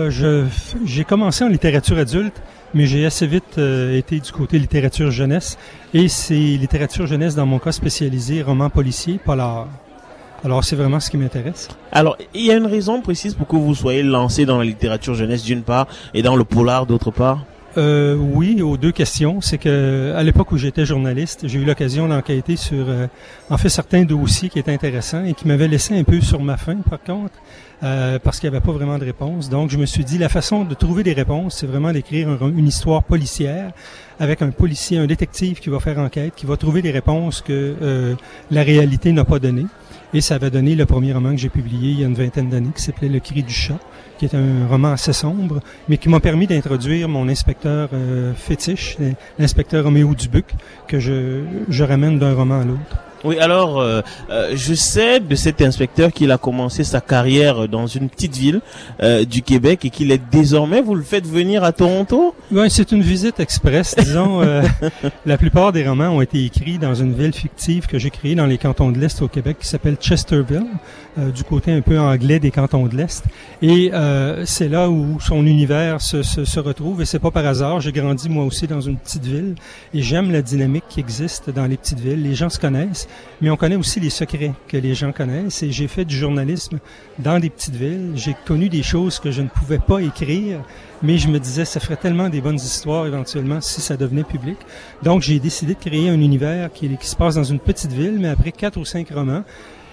J'ai commencé en littérature adulte, mais j'ai assez vite été du côté littérature jeunesse. Et c'est littérature jeunesse, dans mon cas spécialisé, roman policier, polar. Alors, c'est vraiment ce qui m'intéresse. Alors, il y a une raison précise pour que vous soyez lancé dans la littérature jeunesse d'une part et dans le polar d'autre part? Oui, aux 2 questions. C'est que à l'époque où j'étais journaliste, j'ai eu l'occasion d'enquêter sur, certains dossiers qui étaient intéressants et qui m'avaient laissé un peu sur ma faim, par contre, parce qu'il n'y avait pas vraiment de réponse. Donc, je me suis dit, la façon de trouver des réponses, c'est vraiment d'écrire une histoire policière avec un policier, un détective qui va faire enquête, qui va trouver des réponses que la réalité n'a pas données. Et ça avait donné le premier roman que j'ai publié il y a une 20aine d'années, qui s'appelait Le cri du chat, qui est un roman assez sombre, mais qui m'a permis d'introduire mon inspecteur fétiche, l'inspecteur Roméo Dubuc, que je ramène d'un roman à l'autre. Oui, alors, je sais de cet inspecteur qu'il a commencé sa carrière dans une petite ville du Québec et qu'il est désormais, vous le faites venir à Toronto? Oui, c'est une visite express, disons. La plupart des romans ont été écrits dans une ville fictive que j'ai créée dans les cantons de l'Est au Québec qui s'appelle Chesterville, du côté un peu anglais des cantons de l'Est. Et c'est là où son univers se retrouve et c'est pas par hasard. J'ai grandi moi aussi dans une petite ville et j'aime la dynamique qui existe dans les petites villes. Les gens se connaissent, mais on connaît aussi les secrets que les gens connaissent. Et j'ai fait du journalisme dans des petites villes. J'ai connu des choses que je ne pouvais pas écrire, mais je me disais, ça ferait tellement des bonnes histoires éventuellement si ça devenait public. Donc, j'ai décidé de créer un univers qui se passe dans une petite ville, mais après 4 ou 5 romans,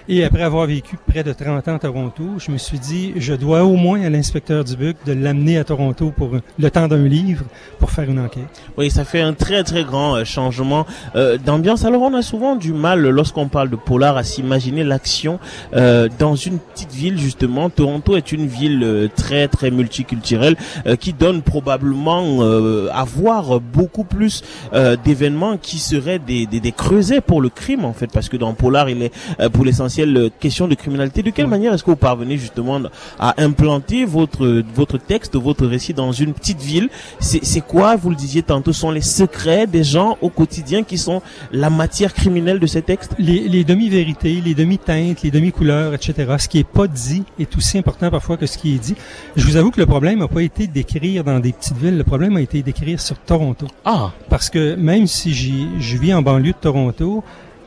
Et après avoir vécu près de 30 ans à Toronto, je me suis dit, je dois au moins à l'inspecteur Dubuc de l'amener à Toronto pour le temps d'un livre pour faire une enquête. Oui, ça fait un très très grand changement d'ambiance. Alors on a souvent du mal lorsqu'on parle de polar à s'imaginer l'action dans une petite ville justement. Toronto est une ville très très multiculturelle qui donne probablement à voir beaucoup plus d'événements qui seraient des creusets pour le crime en fait, parce que dans polar il est pour l'essentiel question de criminalité. De quelle manière est-ce que vous parvenez justement à implanter votre texte, votre récit dans une petite ville? C'est quoi, vous le disiez tantôt, sont les secrets des gens au quotidien qui sont la matière criminelle de ces textes? Les demi-vérités, les demi-teintes, les demi-couleurs, etc. Ce qui est pas dit est aussi important parfois que ce qui est dit. Je vous avoue que le problème n'a pas été d'écrire dans des petites villes, le problème a été d'écrire sur Toronto. Ah! Parce que même si je vis en banlieue de Toronto,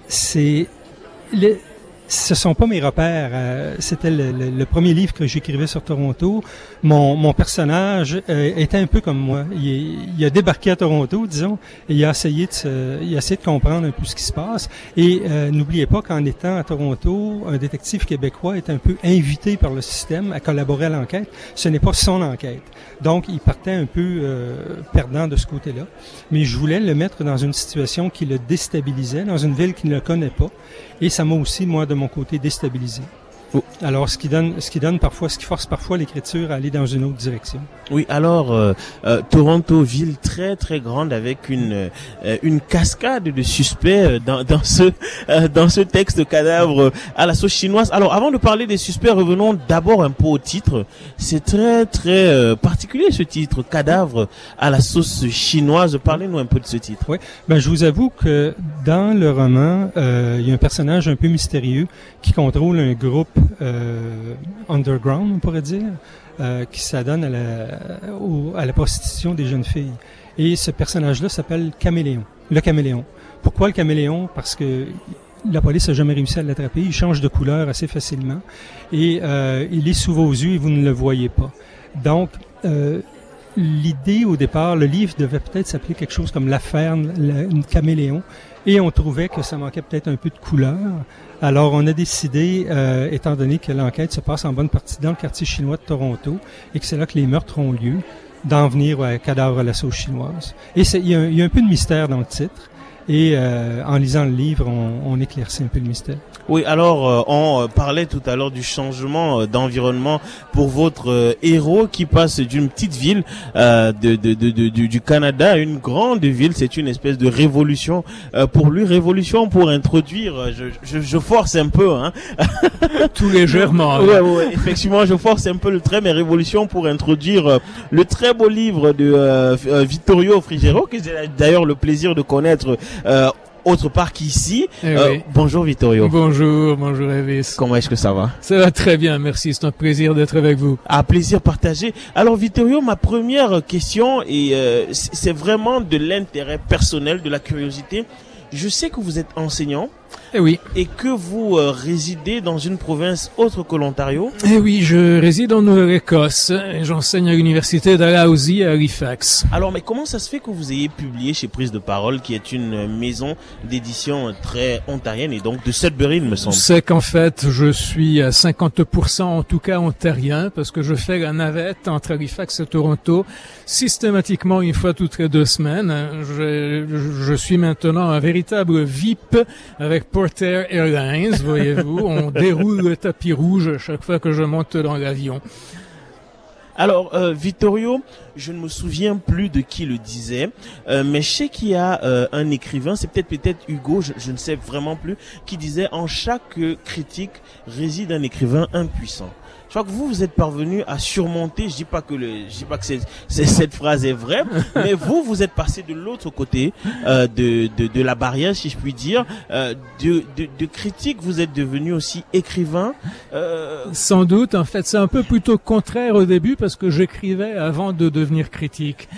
ce sont pas mes repères. C'était le premier livre que j'écrivais sur Toronto. Mon personnage était un peu comme moi. Il a débarqué à Toronto, disons, et il a essayé de comprendre un peu ce qui se passe. Et n'oubliez pas qu'en étant à Toronto, un détective québécois est un peu invité par le système à collaborer à l'enquête. Ce n'est pas son enquête. Donc, il partait un peu perdant de ce côté-là. Mais je voulais le mettre dans une situation qui le déstabilisait, dans une ville qu'il ne connaît pas. Et ça m'a aussi, moi, de mon côté, déstabilisé. Oh. Alors, ce qui force parfois l'écriture à aller dans une autre direction. Oui, alors Toronto, ville très très grande avec une cascade de suspects dans ce texte cadavre à la sauce chinoise. Alors, avant de parler des suspects, revenons d'abord un peu au titre. C'est très très particulier ce titre, cadavre à la sauce chinoise. Parlez-nous un peu de ce titre. Oui, je vous avoue que dans le roman, il y a un personnage un peu mystérieux qui contrôle un groupe underground, on pourrait dire, qui s'adonne à la prostitution des jeunes filles. Et ce personnage-là s'appelle Caméléon, le Caméléon. Pourquoi le Caméléon? Parce que la police n'a jamais réussi à l'attraper. Il change de couleur assez facilement et il est sous vos yeux et vous ne le voyez pas. Donc, l'idée au départ, le livre devait peut-être s'appeler quelque chose comme l'affaire Caméléon, et on trouvait que ça manquait peut-être un peu de couleur. Alors, on a décidé, étant donné que l'enquête se passe en bonne partie dans le quartier chinois de Toronto et que c'est là que les meurtres ont lieu, d'en venir à cadavre à la sauce chinoise. Et il y a un peu de mystère dans le titre. Et en lisant le livre, on éclaircit un peu le mystère. Oui, alors on parlait tout à l'heure du changement d'environnement pour votre héros qui passe d'une petite ville du Canada à une grande ville. C'est une espèce de révolution pour lui, révolution pour introduire. Je force un peu, hein. Tout légèrement. Ouais, effectivement, je force un peu le trait, mais révolution pour introduire le très beau livre de Vittorio Frigero, que j'ai d'ailleurs le plaisir de connaître. Autre part qu'ici. Oui. Bonjour Vittorio. Bonjour Elvis. Comment est-ce que ça va? Ça va très bien, merci. C'est un plaisir d'être avec vous. Ah, plaisir partagé. Alors Vittorio, ma première question, et c'est vraiment de l'intérêt personnel, de la curiosité. Je sais que vous êtes enseignant. Oui. Et que vous résidez dans une province autre que l'Ontario. Oui, je réside en Nouvelle-Écosse et j'enseigne à l'université d'Alhousie à Halifax. Alors, mais comment ça se fait que vous ayez publié chez Prise de Parole, qui est une maison d'édition très ontarienne et donc de Sudbury, il me semble? C'est qu'en fait, je suis à 50% en tout cas ontarien parce que je fais la navette entre Halifax et Toronto systématiquement une fois toutes les 2 semaines. Je suis maintenant un véritable VIP avec Porter Airlines, voyez-vous. On déroule le tapis rouge chaque fois que je monte dans l'avion. Alors, Vittorio, je ne me souviens plus de qui le disait, mais je sais qu'il y a un écrivain, c'est peut-être Hugo, je ne sais vraiment plus, qui disait « En chaque critique réside un écrivain impuissant ». Je crois que vous êtes parvenu à surmonter, je dis pas que cette phrase est vraie, mais vous êtes passé de l'autre côté de la barrière, si je puis dire, de critique, vous êtes devenu aussi écrivain. Sans doute, en fait, c'est un peu plutôt contraire au début parce que j'écrivais avant de devenir critique.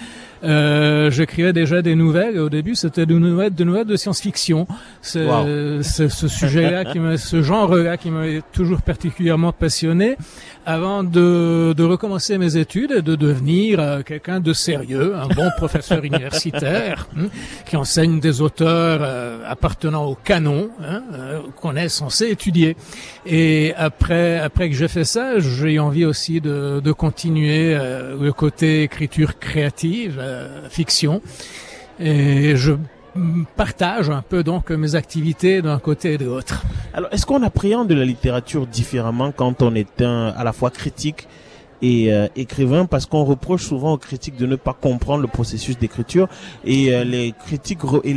j'écrivais déjà des nouvelles. Et au début, c'était des nouvelles de science-fiction. C'est ce sujet-là ce genre-là qui m'a toujours particulièrement passionné, avant de recommencer mes études et de devenir quelqu'un de sérieux, un bon professeur universitaire qui enseigne des auteurs appartenant au canon qu'on est censé étudier. Et après que j'ai fait ça, j'ai envie aussi de continuer le côté écriture créative, fiction, et je partage un peu donc mes activités d'un côté et de l'autre. Alors, est-ce qu'on appréhende la littérature différemment quand on est à la fois critique et écrivain, parce qu'on reproche souvent aux critiques de ne pas comprendre le processus d'écriture, et les critiques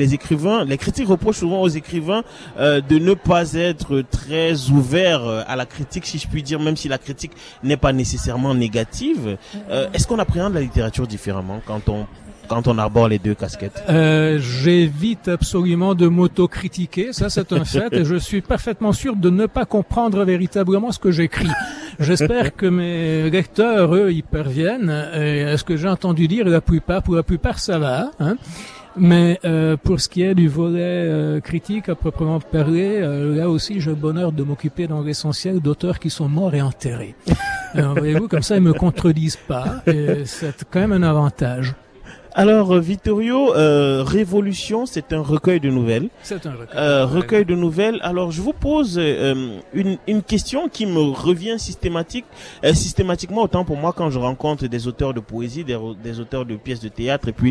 reprochent souvent aux écrivains de ne pas être très ouverts à la critique, si je puis dire, même si la critique n'est pas nécessairement négative. Est-ce qu'on appréhende la littérature différemment quand on arbore les deux casquettes? J'évite absolument de m'autocritiquer, ça c'est un fait, et je suis parfaitement sûr de ne pas comprendre véritablement ce que j'écris. J'espère que mes lecteurs, eux, y parviennent, et ce que j'ai entendu dire, pour la plupart ça va, hein. Mais pour ce qui est du volet critique à proprement parler, là aussi j'ai le bonheur de m'occuper dans l'essentiel d'auteurs qui sont morts et enterrés. Voyez-vous, comme ça ils me contredisent pas, et c'est quand même un avantage. Alors, Vittorio, Révolution, c'est un recueil de nouvelles. C'est un recueil de nouvelles. Alors, je vous pose une question qui me revient systématiquement, autant pour moi quand je rencontre des auteurs de poésie, des auteurs de pièces de théâtre, et puis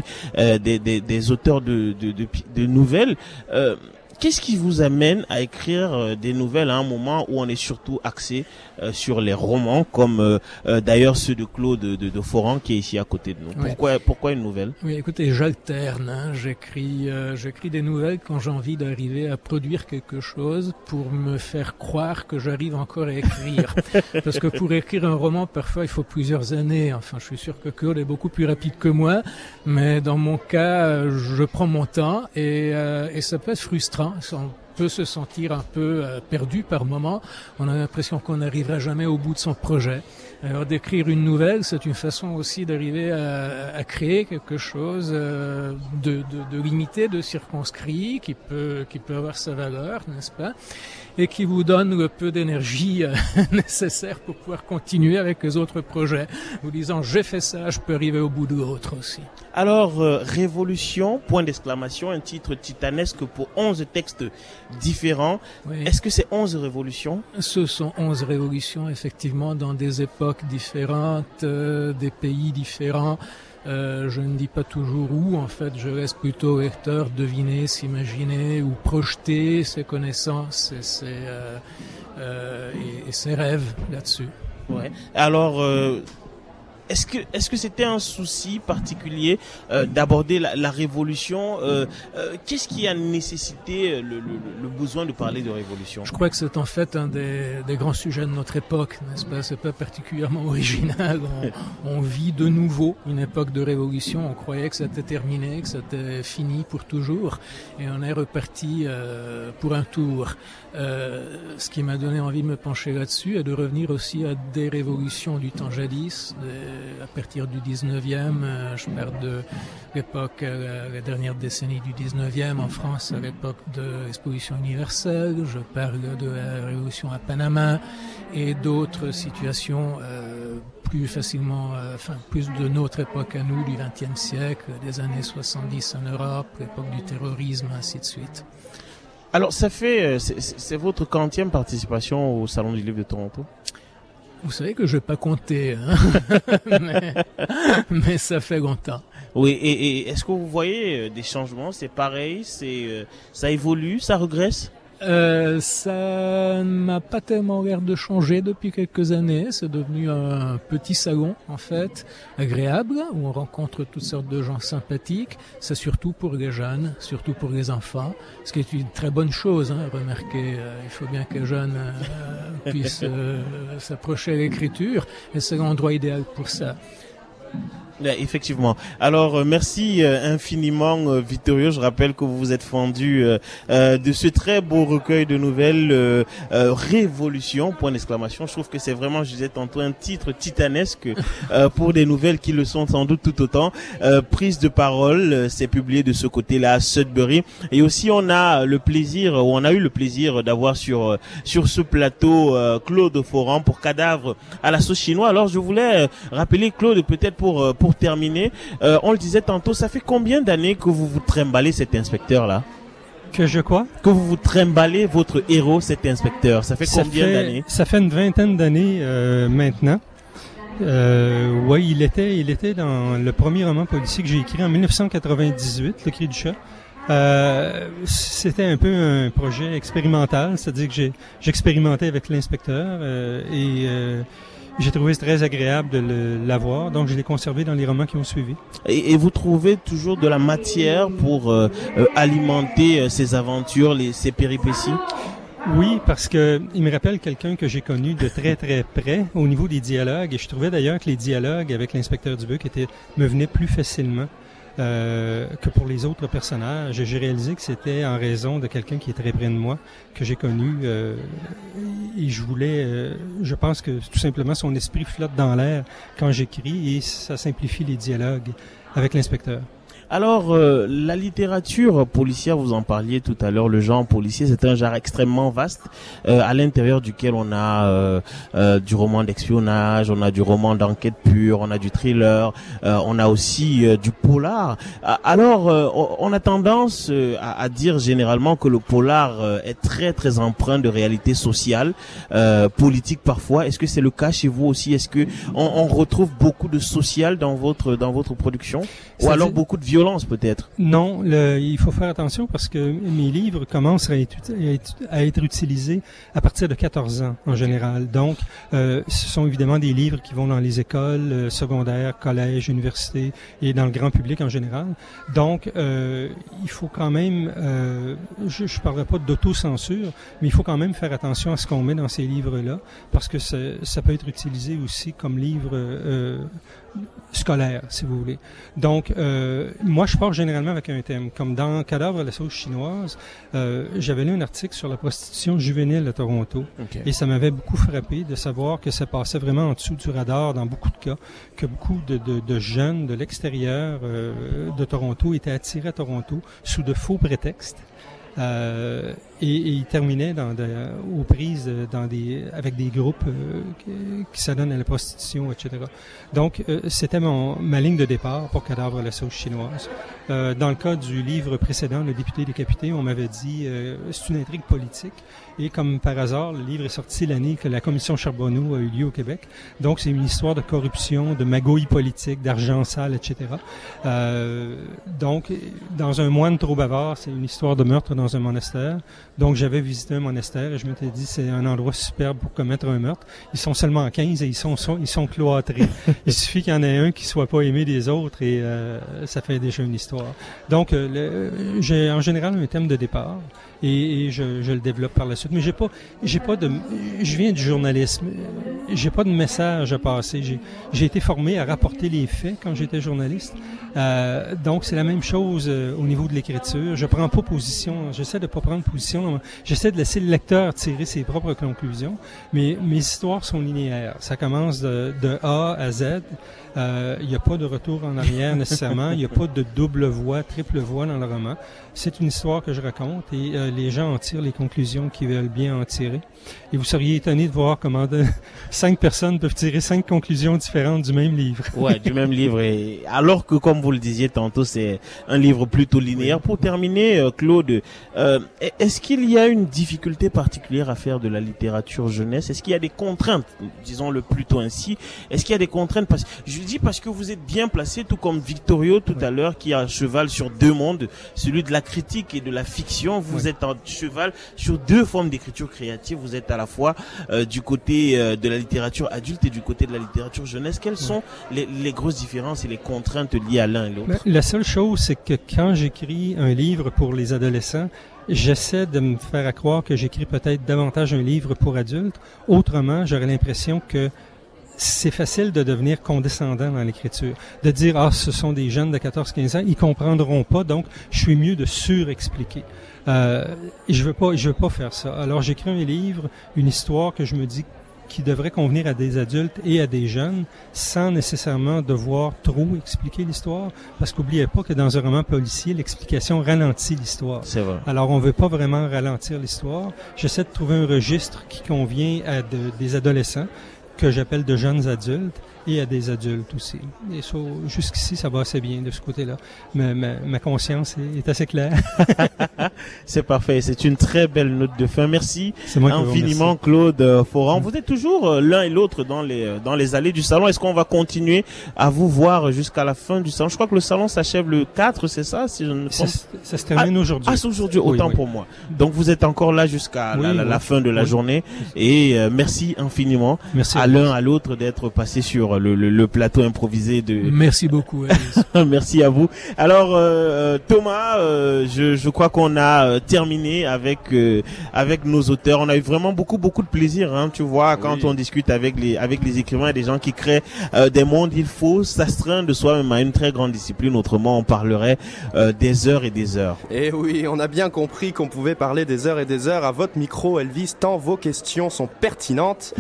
des auteurs de nouvelles. Qu'est-ce qui vous amène à écrire des nouvelles à un moment où on est surtout axé sur les romans, comme d'ailleurs ceux de Claude de Foran qui est ici à côté de nous? Pourquoi une nouvelle? Oui, écoutez, j'alterne. J'écris des nouvelles quand j'ai envie d'arriver à produire quelque chose pour me faire croire que j'arrive encore à écrire. Parce que pour écrire un roman, parfois il faut plusieurs années. Enfin, je suis sûr que Claude est beaucoup plus rapide que moi, mais dans mon cas, je prends mon temps et ça peut être frustrant. On peut se sentir un peu perdu par moment. On a l'impression qu'on n'arrivera jamais au bout de son projet. Alors d'écrire une nouvelle, c'est une façon aussi d'arriver à créer quelque chose de limité, de circonscrit, qui peut avoir sa valeur, n'est-ce pas, et qui vous donne le peu d'énergie nécessaire pour pouvoir continuer avec les autres projets. Vous disant j'ai fait ça, je peux arriver au bout de l'autre aussi. Alors, Révolution, point d'exclamation, un titre titanesque pour 11 textes différents. Oui. Est-ce que c'est 11 révolutions? Ce sont 11 révolutions, effectivement, dans des époques différentes, des pays différents. Je ne dis pas toujours où, en fait, je laisse plutôt au lecteur deviner, s'imaginer ou projeter ses connaissances et ses rêves là-dessus. Ouais. Alors, est-ce que c'était un souci particulier d'aborder la révolution? Qu'est-ce qui a nécessité le besoin de parler de révolution? Je crois que c'est en fait un des grands sujets de notre époque, n'est-ce pas? C'est pas particulièrement original. On vit de nouveau une époque de révolution. On croyait que c'était terminé, que c'était fini pour toujours, et on est reparti pour un tour. Ce qui m'a donné envie de me pencher là-dessus et de revenir aussi à des révolutions du temps jadis, à partir du 19e, je parle de l'époque, la dernière décennie du 19e en France, à l'époque de l'exposition universelle, je parle de la révolution à Panama et d'autres situations plus facilement, plus de notre époque à nous, du XXe siècle, des années 70 en Europe, l'époque du terrorisme, ainsi de suite. Alors, c'est votre 40e participation au Salon du Livre de Toronto? Vous savez que je vais pas compter, hein. mais ça fait longtemps. Oui, et est-ce que vous voyez des changements? C'est pareil, ça évolue, ça régresse? Ça n'a pas tellement l'air de changer depuis quelques années. C'est devenu un petit salon, en fait, agréable, où on rencontre toutes sortes de gens sympathiques. C'est surtout pour les jeunes, surtout pour les enfants, ce qui est une très bonne chose, hein. Remarquez, il faut bien que les jeunes puissent s'approcher à l'écriture, et c'est l'endroit idéal pour ça. Effectivement. Alors merci infiniment Vittorio. Je rappelle que vous vous êtes fendu de ce très beau recueil de nouvelles Révolution, point d'exclamation. Je trouve que c'est vraiment, je disais tantôt, un titre titanesque pour des nouvelles qui le sont sans doute tout autant. Prise de parole, c'est publié de ce côté-là à Sudbury. Et aussi on a eu le plaisir d'avoir sur ce plateau Claude Foran pour Cadavre à la sauce chinoise. Alors je voulais rappeler Claude, peut-être pour terminer, on le disait tantôt, ça fait combien d'années que vous vous trimballez cet inspecteur-là? Que je quoi? Que vous vous trimballez votre héros, cet inspecteur. Ça fait combien d'années? Ça fait une vingtaine d'années maintenant. Oui, il était dans le premier roman policier que j'ai écrit en 1998, Le Cri du chat. C'était un peu un projet expérimental, c'est-à-dire que j'expérimentais avec l'inspecteur et j'ai trouvé très agréable de l'avoir, donc je l'ai conservé dans les romans qui ont suivi. Et vous trouvez toujours de la matière pour alimenter ces aventures, ces péripéties? Oui, parce que il me rappelle quelqu'un que j'ai connu de très très près au niveau des dialogues, et je trouvais d'ailleurs que les dialogues avec l'inspecteur Dubuc me venaient plus facilement que pour les autres personnages. J'ai réalisé que c'était en raison de quelqu'un qui est très près de moi, que j'ai connu, et je pense que tout simplement son esprit flotte dans l'air quand j'écris, et ça simplifie les dialogues avec l'inspecteur. Alors, la littérature policière, vous en parliez tout à l'heure, le genre policier, c'est un genre extrêmement vaste, à l'intérieur duquel on a du roman d'espionnage, on a du roman d'enquête pure, on a du thriller, on a aussi du polar. Alors, on a tendance à dire généralement que le polar est très très empreint de réalité sociale, politique parfois. Est-ce que c'est le cas chez vous aussi? Est-ce que on retrouve beaucoup de social dans votre production, ou alors beaucoup de violence peut-être? Non, il faut faire attention parce que mes livres commencent à être utilisés à partir de 14 ans en général. Donc, ce sont évidemment des livres qui vont dans les écoles secondaires, collèges, universités et dans le grand public en général. Donc, il faut quand même, je parlerai pas d'autocensure, mais il faut quand même faire attention à ce qu'on met dans ces livres-là parce que ça peut être utilisé aussi comme livre scolaire, si vous voulez. Donc, moi, je pars généralement avec un thème. Comme dans Cadavre à la sauce chinoise, j'avais lu un article sur la prostitution juvénile à Toronto. Okay. Et ça m'avait beaucoup frappé de savoir que ça passait vraiment en dessous du radar dans beaucoup de cas, que beaucoup de jeunes de l'extérieur de Toronto étaient attirés à Toronto sous de faux prétextes. Et il terminait aux prises avec des groupes qui s'adonnent à la prostitution, etc. Donc, c'était ma ligne de départ pour Cadavre à la sauce chinoise. Dans le cas du livre précédent, Le député décapité, on m'avait dit c'est une intrigue politique. Et comme par hasard, le livre est sorti l'année que la commission Charbonneau a eu lieu au Québec. Donc, c'est une histoire de corruption, de magouille politique, d'argent sale, etc. Donc, dans Un moine trop bavard, c'est une histoire de meurtre dans un monastère. Donc, j'avais visité un monastère et je m'étais dit, c'est un endroit superbe pour commettre un meurtre. Ils sont seulement 15 et ils sont cloîtrés. Il suffit qu'il y en ait un qui soit pas aimé des autres et ça fait déjà une histoire. Donc, j'ai en général un thème de départ et je le développe par la suite. Mais je viens du journalisme. J'ai pas de message à passer. J'ai été formé à rapporter les faits quand j'étais journaliste. Donc, c'est la même chose au niveau de l'écriture. Je prends pas position. J'essaie de pas prendre position. J'essaie de laisser le lecteur tirer ses propres conclusions. Mais mes histoires sont linéaires. Ça commence de A à Z. Il n'y a pas de retour en arrière nécessairement. Il n'y a pas de double voix, triple voix dans le roman. C'est une histoire que je raconte et les gens en tirent les conclusions qu'ils veulent bien en tirer. Et vous seriez étonné de voir comment 5 personnes peuvent tirer 5 conclusions différentes du même livre. Ouais, du même livre. Et alors que, comme vous le disiez tantôt, c'est un livre plutôt linéaire. Oui. Pour terminer, Claude, est-ce qu'il y a une difficulté particulière à faire de la littérature jeunesse? Est-ce qu'il y a des contraintes, disons-le plutôt ainsi? Est-ce qu'il y a des contraintes? Je le dis parce que vous êtes bien placé, tout comme Vittorio tout à l'heure, qui a un cheval sur 2 mondes, celui de la critique et de la fiction. Vous êtes en cheval sur 2 formes d'écriture créative. Vous êtes à la fois du côté de la littérature adulte et du côté de la littérature jeunesse. Quelles sont les grosses différences et les contraintes liées à l'un et l'autre? La seule chose, c'est que quand j'écris un livre pour les adolescents, j'essaie de me faire croire que j'écris peut-être davantage un livre pour adultes. Autrement, j'aurais l'impression que c'est facile de devenir condescendant dans l'écriture, de dire ce sont des jeunes de 14-15 ans, ils comprendront pas, donc je suis mieux de surexpliquer. Je veux pas faire ça. Alors j'écris un livre, une histoire que je me dis qui devrait convenir à des adultes et à des jeunes, sans nécessairement devoir trop expliquer l'histoire, parce qu'oubliez pas que dans un roman policier, l'explication ralentit l'histoire. C'est vrai. Alors on veut pas vraiment ralentir l'histoire. J'essaie de trouver un registre qui convient à des adolescents, que j'appelle de jeunes adultes, et à des adultes aussi. Et ça, jusqu'ici, ça va assez bien de ce côté-là. Ma conscience est assez claire. C'est parfait. C'est une très belle note de fin. Merci infiniment, Claude Foran. Vous êtes toujours l'un et l'autre dans les allées du salon. Est-ce qu'on va continuer à vous voir jusqu'à la fin du salon? Je crois que le salon s'achève le 4, c'est ça? Si je ne pense... ça se termine aujourd'hui. C'est aujourd'hui, autant pour moi. Donc vous êtes encore là jusqu'à la fin de la journée. Et merci infiniment à l'un à l'autre d'être passé sur le plateau improvisé de... Merci beaucoup, Alice. Merci à vous. Alors, Thomas, je crois qu'on a terminé avec nos auteurs. On a eu vraiment beaucoup de plaisir, hein, tu vois, quand on discute avec les écrivains et des gens qui créent des mondes. Il faut s'astreindre de soi-même à une très grande discipline, autrement on parlerait des heures et des heures. Et oui, on a bien compris qu'on pouvait parler des heures et des heures à votre micro, Elvis, tant vos questions sont pertinentes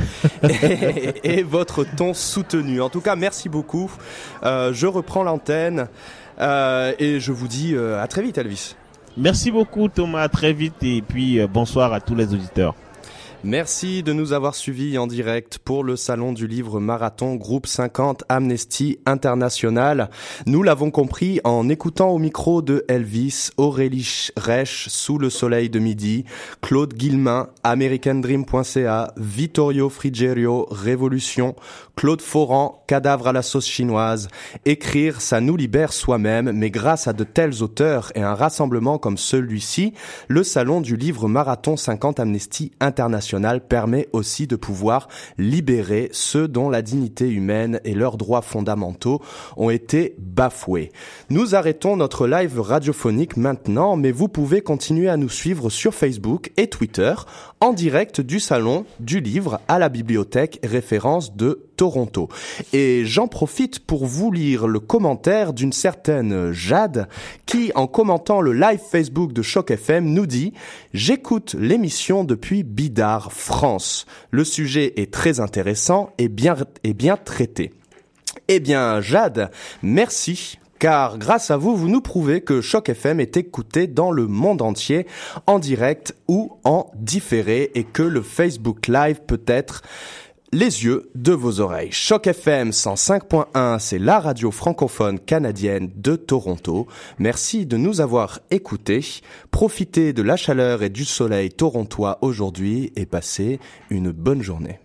et votre ton soutenu. En tout cas, merci beaucoup. Je reprends l'antenne et je vous dis à très vite, Elvis. Merci beaucoup, Thomas. À très vite et puis bonsoir à tous les auditeurs. Merci de nous avoir suivis en direct pour le Salon du Livre Marathon Groupe 50 Amnesty International. Nous l'avons compris en écoutant au micro de Elvis, Aurélie Reich, Sous le soleil de midi, Claude Guillemin, AmericanDream.ca, Vittorio Frigerio, Révolution, Claude Foran, Cadavre à la sauce chinoise. Écrire, ça nous libère soi-même, mais grâce à de tels auteurs et un rassemblement comme celui-ci, le Salon du Livre Marathon 50 Amnesty International permet aussi de pouvoir libérer ceux dont la dignité humaine et leurs droits fondamentaux ont été bafoués. Nous arrêtons notre live radiophonique maintenant, mais vous pouvez continuer à nous suivre sur Facebook et Twitter en direct du Salon du Livre à la Bibliothèque Référence de Toronto. Et j'en profite pour vous lire le commentaire d'une certaine Jade qui, en commentant le live Facebook de Choc FM, nous dit « J'écoute l'émission depuis Bidart, France. Le sujet est très intéressant et bien traité. » Eh bien, Jade, merci. Car grâce à vous, vous nous prouvez que Choc FM est écouté dans le monde entier, en direct ou en différé, et que le Facebook Live peut être les yeux de vos oreilles. Choc FM 105.1, c'est la radio francophone canadienne de Toronto. Merci de nous avoir écoutés. Profitez de la chaleur et du soleil torontois aujourd'hui et passez une bonne journée.